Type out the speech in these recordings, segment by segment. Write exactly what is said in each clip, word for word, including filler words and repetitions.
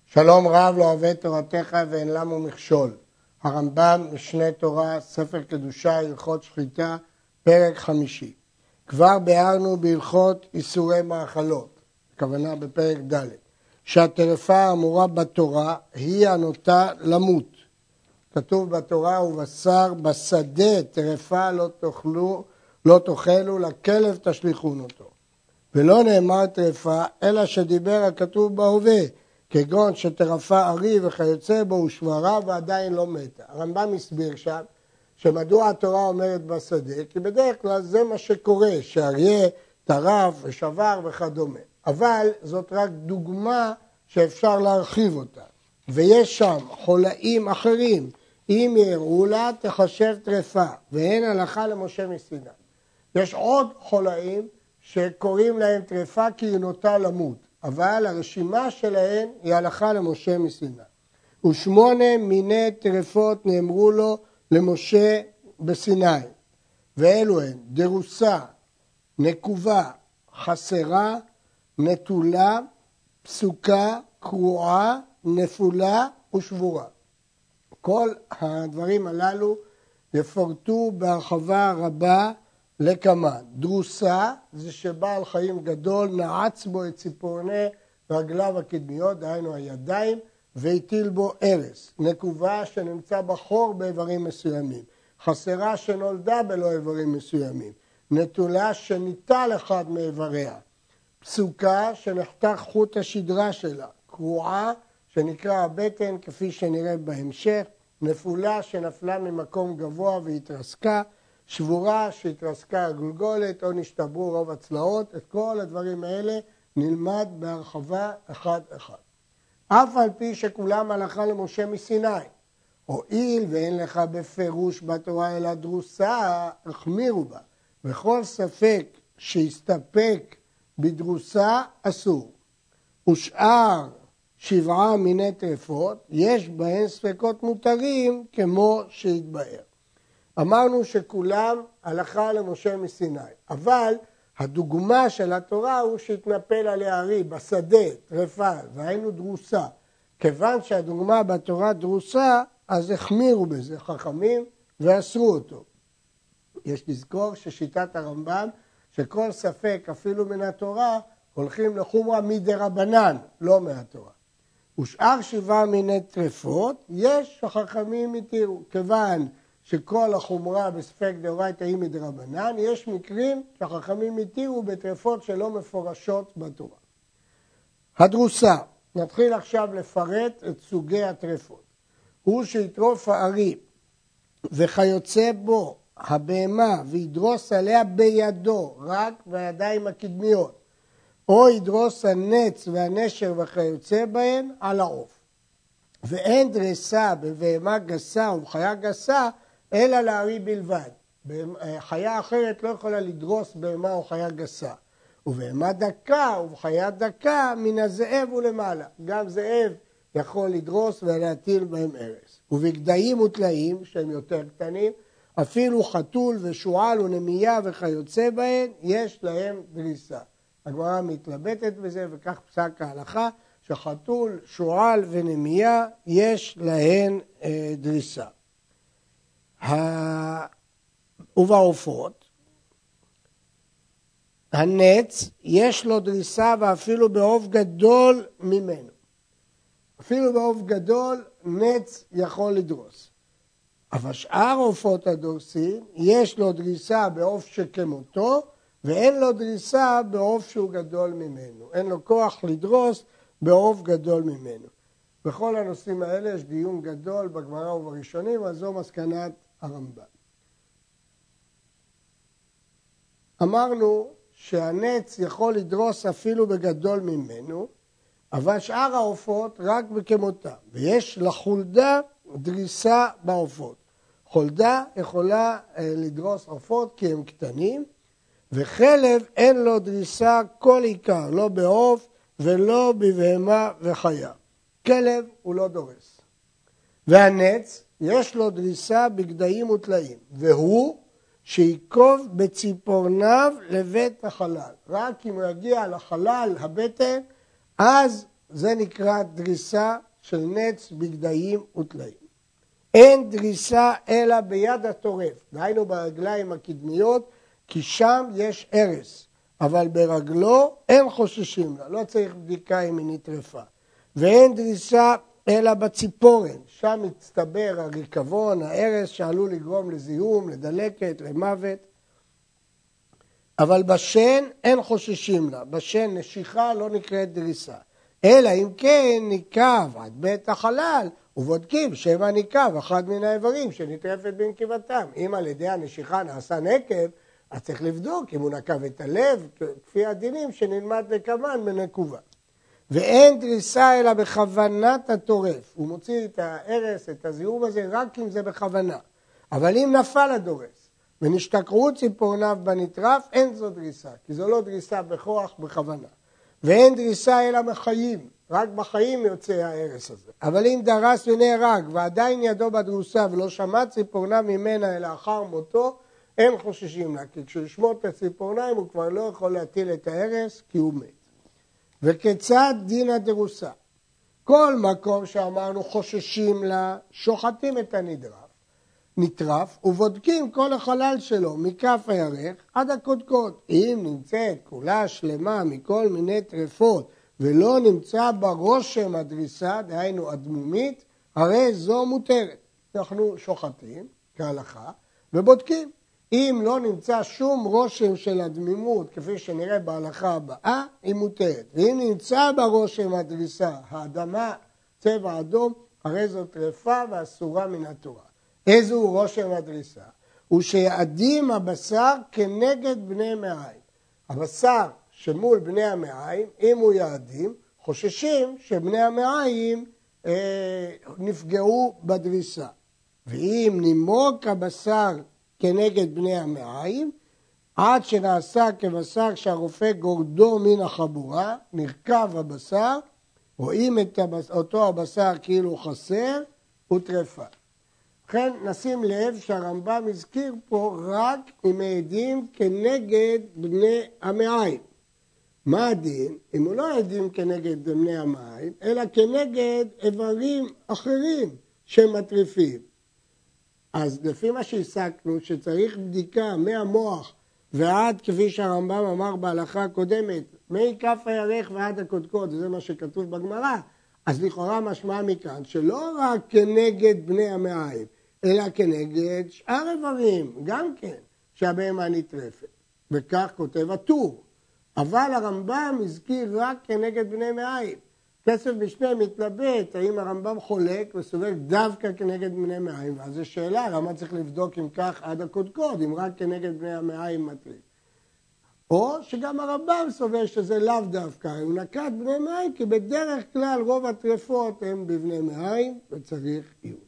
שלום רב לא אוהב תורתך ואין למו מכשול. הרמב"ם, משנה תורה, ספר קדושה, הלכות שחיטה, פרק חמישי. כבר ביארנו בהלכות איסורי מאכלות, הכוונה בפרק ד', שהטרפה האמורה בתורה היא הנוטה למות. כתוב בתורה ובשר בשדה טרפה לא תאכלו, לא תאכלו, לכלב תשליכון אותו. ולא נאמר טרפה, אלא שדיבר הכתוב בהווה, כגון שטרפה ארי וכיוצא בו ושברה ועדיין לא מתה. הרמב"ם הסביר שם שמדוע התורה אומרת בשדה, כי בדרך כלל זה מה שקורה, שאריה טרף ושבר וכדומה. אבל זאת רק דוגמה שאפשר להרחיב אותה. ויש שם חולאים אחרים, אם יראו לה תחשב טרפה, ואין הלכה למשה מסיני. יש עוד חולאים שקוראים להם טרפה כי היא נוטה למות. אבל הרשימה שלהן היא הלכה למשה מסיני. ושמונה מיני טרפות נאמרו לו למשה בסיני. ואלו הן דרוסה, נקובה, חסרה, נטולה, פסוקה, קרועה, נפולה ושבורה. כל הדברים הללו יפורטו בהרחבה רבה לקמן. דרוסה זה שבעל חיים גדול נעץ בו את ציפורני רגליו הקדמיות, דהיינו הידיים, והטיל בו ארס. נקובה שנמצא בחור באיברים מסוימים. חסרה שנולדה בלא איברים מסוימים. נטולה שניטל אחד מאיבריה. פסוקה שנחתך חוט השדרה שלה. קרועה שנקרא הבטן כפי שנראה בהמשך. נפולה שנפלה ממקום גבוה והתרסקה. שבורה שהתרסקה הגולגולת או נשתברו רוב הצלעות. את כל הדברים האלה נלמד בהרחבה אחד אחד. אף על פי שכולם הלכה למשה מסיני. הואיל ואין לך בפירוש בתורה אלא דרוסה, החמירו בה. וכל ספק שהסתפק בדרוסה אסור. ושאר שבעה מיני טרפות יש בהן ספקות מותרים כמו שהתבאר. אמרנו שכולם הלכה למשה מסיני, אבל הדוגמה של התורה הוא שהתנפל עליה ארי בשדה, טרפה, והיינו דרוסה. כיוון שהדוגמה בתורה דרוסה, אז החמירו בזה חכמים ואסרו אותו. יש לזכור ששיטת הרמב"ם, שכל ספק אפילו מן התורה, הולכים לחומרה מדרבנן, לא מהתורה. ושאר שבעה מיני טרפות, יש החכמים התירו, כיוון שכל החומרה בספק דאורייתא היא מדרבנן, יש מקרים שהחכמים התירו בטרפות שלא מפורשות בתורה. הדרוסה, נתחיל עכשיו לפרט את סוגי הטרפות. הוא שיטרוף הארי וכיוצא בו הבהמה וידרוס עליה בידו, רק בידיים הקדמיות, או ידרוס הנץ והנשר וכיוצא בהן על העוף. ואין דרסה בבהמה גסה ובחיה גסה, אלא לארי בלבד. חיה אחרת לא יכולה לדרוס בהמה או חיה גסה. ובהמה דקה ובחיה דקה מן הזאב ולמעלה. גם זאב יכול לדרוס ולהטיל בהם ארס. ובגדיים וטלאים שהם יותר קטנים, אפילו חתול ושועל ונמייה וכיוצא בהן, יש להם דריסה. הגמרא מתלבטת בזה וכך פסק ההלכה, שחתול, שועל ונמייה יש להן אה, דריסה. ובעופות, הנץ יש לו דריסה ואפילו בעוף גדול ממנו. אפילו בעוף גדול נץ יכול לדרוס. אבל שאר עופות הדורסים יש לו דריסה בעוף שכמותו ואין לו דריסה בעוף שהוא גדול ממנו. אין לו כוח לדרוס בעוף גדול ממנו. בכל הנושאים האלה יש דיון גדול בגמרא ובראשונים, אז זו מסקנת הרמב"ם. אמרנו שהנץ יכול לדרוס אפילו בגדול ממנו, אבל שאר העופות רק בכמותם. ויש לחולדה דריסה בעופות. חולדה יכולה לדרוס עופות כי הם קטנים, וחלב אין לו דריסה כל עיקר, לא בעוף ולא בבהמה וחיה. כלב הוא לא דורס. והנץ יש לו דריסה בגדיים וטלאים, והוא שיקוב בציפורניו לבית החלל. רק אם הוא יגיע לחלל הבטן, אז זה נקרא דריסה של נץ בגדיים וטלאים. אין דריסה אלא ביד הטורף, דהיינו ברגליים הקדמיות, כי שם יש הרס, אבל ברגלו אין חוששים לה, לא צריך בדיקה אם היא נטרפה. ואין דריסה אלא בציפורן, שם מצטבר הריקבון, ההרס שעלול לגרום לזיהום, לדלקת, למוות. אבל בשן אין חוששים לה, בשן נשיכה לא נקראת דריסה. אלא אם כן ניקב עד בית החלל, ובודקים שמא ניקב אחד מן האיברים שנטרפת בנקיבתם. אם על ידי הנשיכה נעשה נקב, אז צריך לבדוק אם הוא נקב את הלב, כפי הדינים שנלמד לקמן מנקובה. ואין דריסה אלא בכוונת הטורף. הוא מוציא את ההרס, את הזיהום הזה, רק אם זה בכוונה. אבל אם נפל הדורס ונשתכרו ציפורניו בנטרף, אין זו דריסה, כי זו לא דריסה בכוח, בכוונה. ואין דריסה אלא בחיים, רק בחיים יוצא ההרס הזה. אבל אם דרס ונהרג ועדיין ידו בדרוסה ולא שמע ציפורניו ממנה אלא אחר מותו, אין חוששים לה, כי כשהוא ישמור את הציפורניים הוא כבר לא יכול להטיל את ההרס כי הוא מת. וכיצד דין הדרוסה? כל מקום שאמרנו חוששים לה, שוחטים את הנדרף, נטרף ובודקים כל החלל שלו מכף הירך עד הקודקוד. אם נמצאת כולה שלמה מכל מיני טרפות ולא נמצא ברושם הדריסה, דהיינו אדמומית, הרי זו מותרת. אנחנו שוחטים כהלכה ובודקים. אם לא נמצא שום רושם של הדמימות, כפי שנראה בהלכה הבאה, היא מותרת. ואם נמצא ברושם הדריסה, האדמה, צבע אדום, הרי זו טרפה ואסורה מן התורה. איזו רושם הדריסה? הוא שיעדים הבשר כנגד בני מעיים. הבשר שמול בני המעיים, אם הוא יעדים, חוששים שבני המעיים אה, נפגעו בדריסה. ואם נימוק הבשר כנגד בני המעיים, עד שנעשה כבשר שהרופא גורדו מן החבורה, נרכב הבשר, רואים את הבשר, אותו הבשר כאילו חסר, הוא טרפה. לכן נשים לב שהרמב"ם הזכיר פה רק אם העדים כנגד בני המעיים. מה הדין? אם הוא לא העדים כנגד בני המעיים, אלא כנגד איברים אחרים שמטריפים. אז לפי מה שהסקנו, שצריך בדיקה מהמוח ועד כפי שהרמב"ם אמר בהלכה הקודמת, מכף הירך ועד הקודקוד, זה מה שכתוב בגמרא, אז לכאורה משמע מכאן שלא רק כנגד בני המעיים, אלא כנגד שאר איברים, גם כן, שהבהמה נטרפת. וכך כותב הטור. אבל הרמב"ם הזכיר רק כנגד בני מעיים. כסף משנה מתלבט, האם הרמב"ם חולק וסובר דווקא כנגד בני מעיים, ואז זו שאלה, למה צריך לבדוק אם כך עד הקודקוד, אם רק כנגד בני המעיים מטריף. או שגם הרמב"ם סובר שזה לאו דווקא, הוא נקט בני מעיים, כי בדרך כלל רוב הטרפות הם בבני מעיים, וצריך עיון.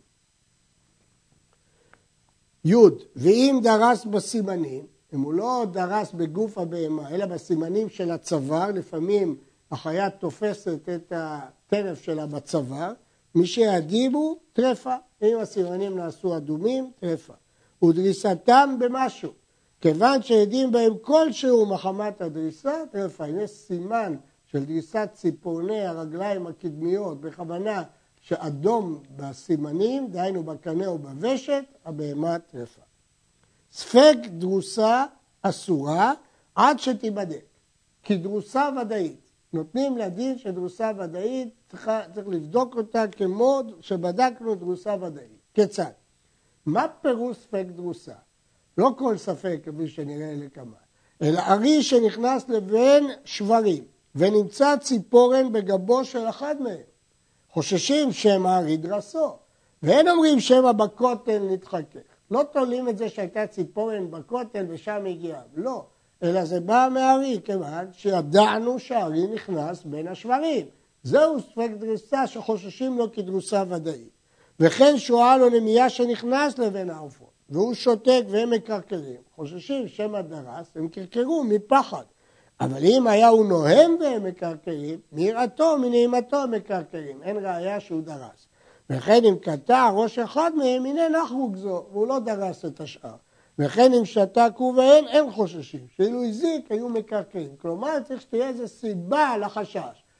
יוד, ואם דרס בסימנים, אם הוא לא דרס בגוף הבהמה, אלא בסימנים של הצוואר, לפעמים החיה תופסת את הטרף שלה בצוואר, מי שיעדים הוא טרפה. אם הסימנים נעשו אדומים, טרפה. ודריסתם במשהו. כיוון שעדים בהם כלשהו מחמת הדריסה, טרפה. אם יש סימן של דריסת ציפורני הרגליים הקדמיות, בכוונה שאדום בסימנים, דהיינו בקנה או בוושת, הבהמה טרפה. ספק דרוסה אסורה עד שתיבדק. כי דרוסה ודאית. נותנים לדין שדרוסה ודאית, צריך, צריך לבדוק אותה כמו שבדקנו דרוסה ודאית. כיצד? מה פירוש ספק דרוסה? לא כל ספק, כפי שנראה לכמה, אלא ארי שנכנס לבין שברים, ונמצא ציפורן בגבו של אחד מהם. חוששים שמא ארי דרסו, ואין אומרים שמא בכותל נתחכך. לא תולים את זה שהייתה ציפורן בכותל ושם הגיעה. לא. אלא זה בא מהארי, כיוון שידענו שהארי נכנס בין השברים. זהו ספק דריסה שחוששים לו כדרוסה ודאית. וכן שועל או נמייה שנכנס לבין העופות, והוא שותק והם מקרקרים. חוששים שמא דרס, הם קרקרו מפחד. אבל אם היה הוא נוהם והם מקרקרים, מיראתו, מנעימתו הם מקרקרים. אין ראיה שהוא דרס. וכן אם קטע ראש אחד מהם, הנה נחרוג זו, והוא לא דרס את השאר. וכן אם שתק הוא ואין, אין חוששים. שאילו הזיק, היו מקרקרים. כלומר, צריך שתהיה איזו סיבה לחשש.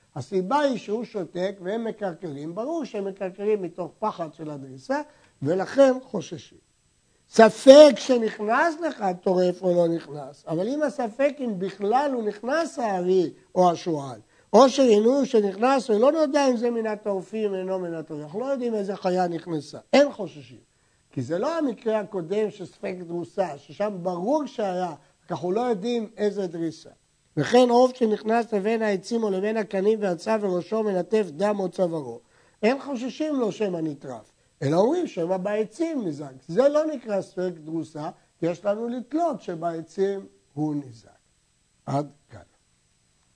הסיבה היא שהוא שותק והם מקרקרים, ברור שהם מקרקרים מתוך פחד של הדריסה, ולכן חוששים. ספק שנכנס לך טורף או לא נכנס, אבל אם הספק אם בכלל הוא נכנס הארי או השועל, או שראינו שנכנס ולא נודע אם זה מן הטורפים אינו מן הטורפים, אנחנו לא יודעים איזה חיה נכנסה, אין חוששים. כי זה לא המקרה הקודם של ספק דרוסה, ששם ברור שהיה, אנחנו לא יודעים איזה דריסה. וכן עוף שנכנס לבין העצים או לבין הקנים ויצא וראשו מנטף דם או צווארו, אין חוששים לו שמא נטרף, אלא אומרים שמא בעצים נזק. זה לא נקרא ספק דרוסה, כי יש לנו לתלות שבעצים הוא נזק. עד כאן.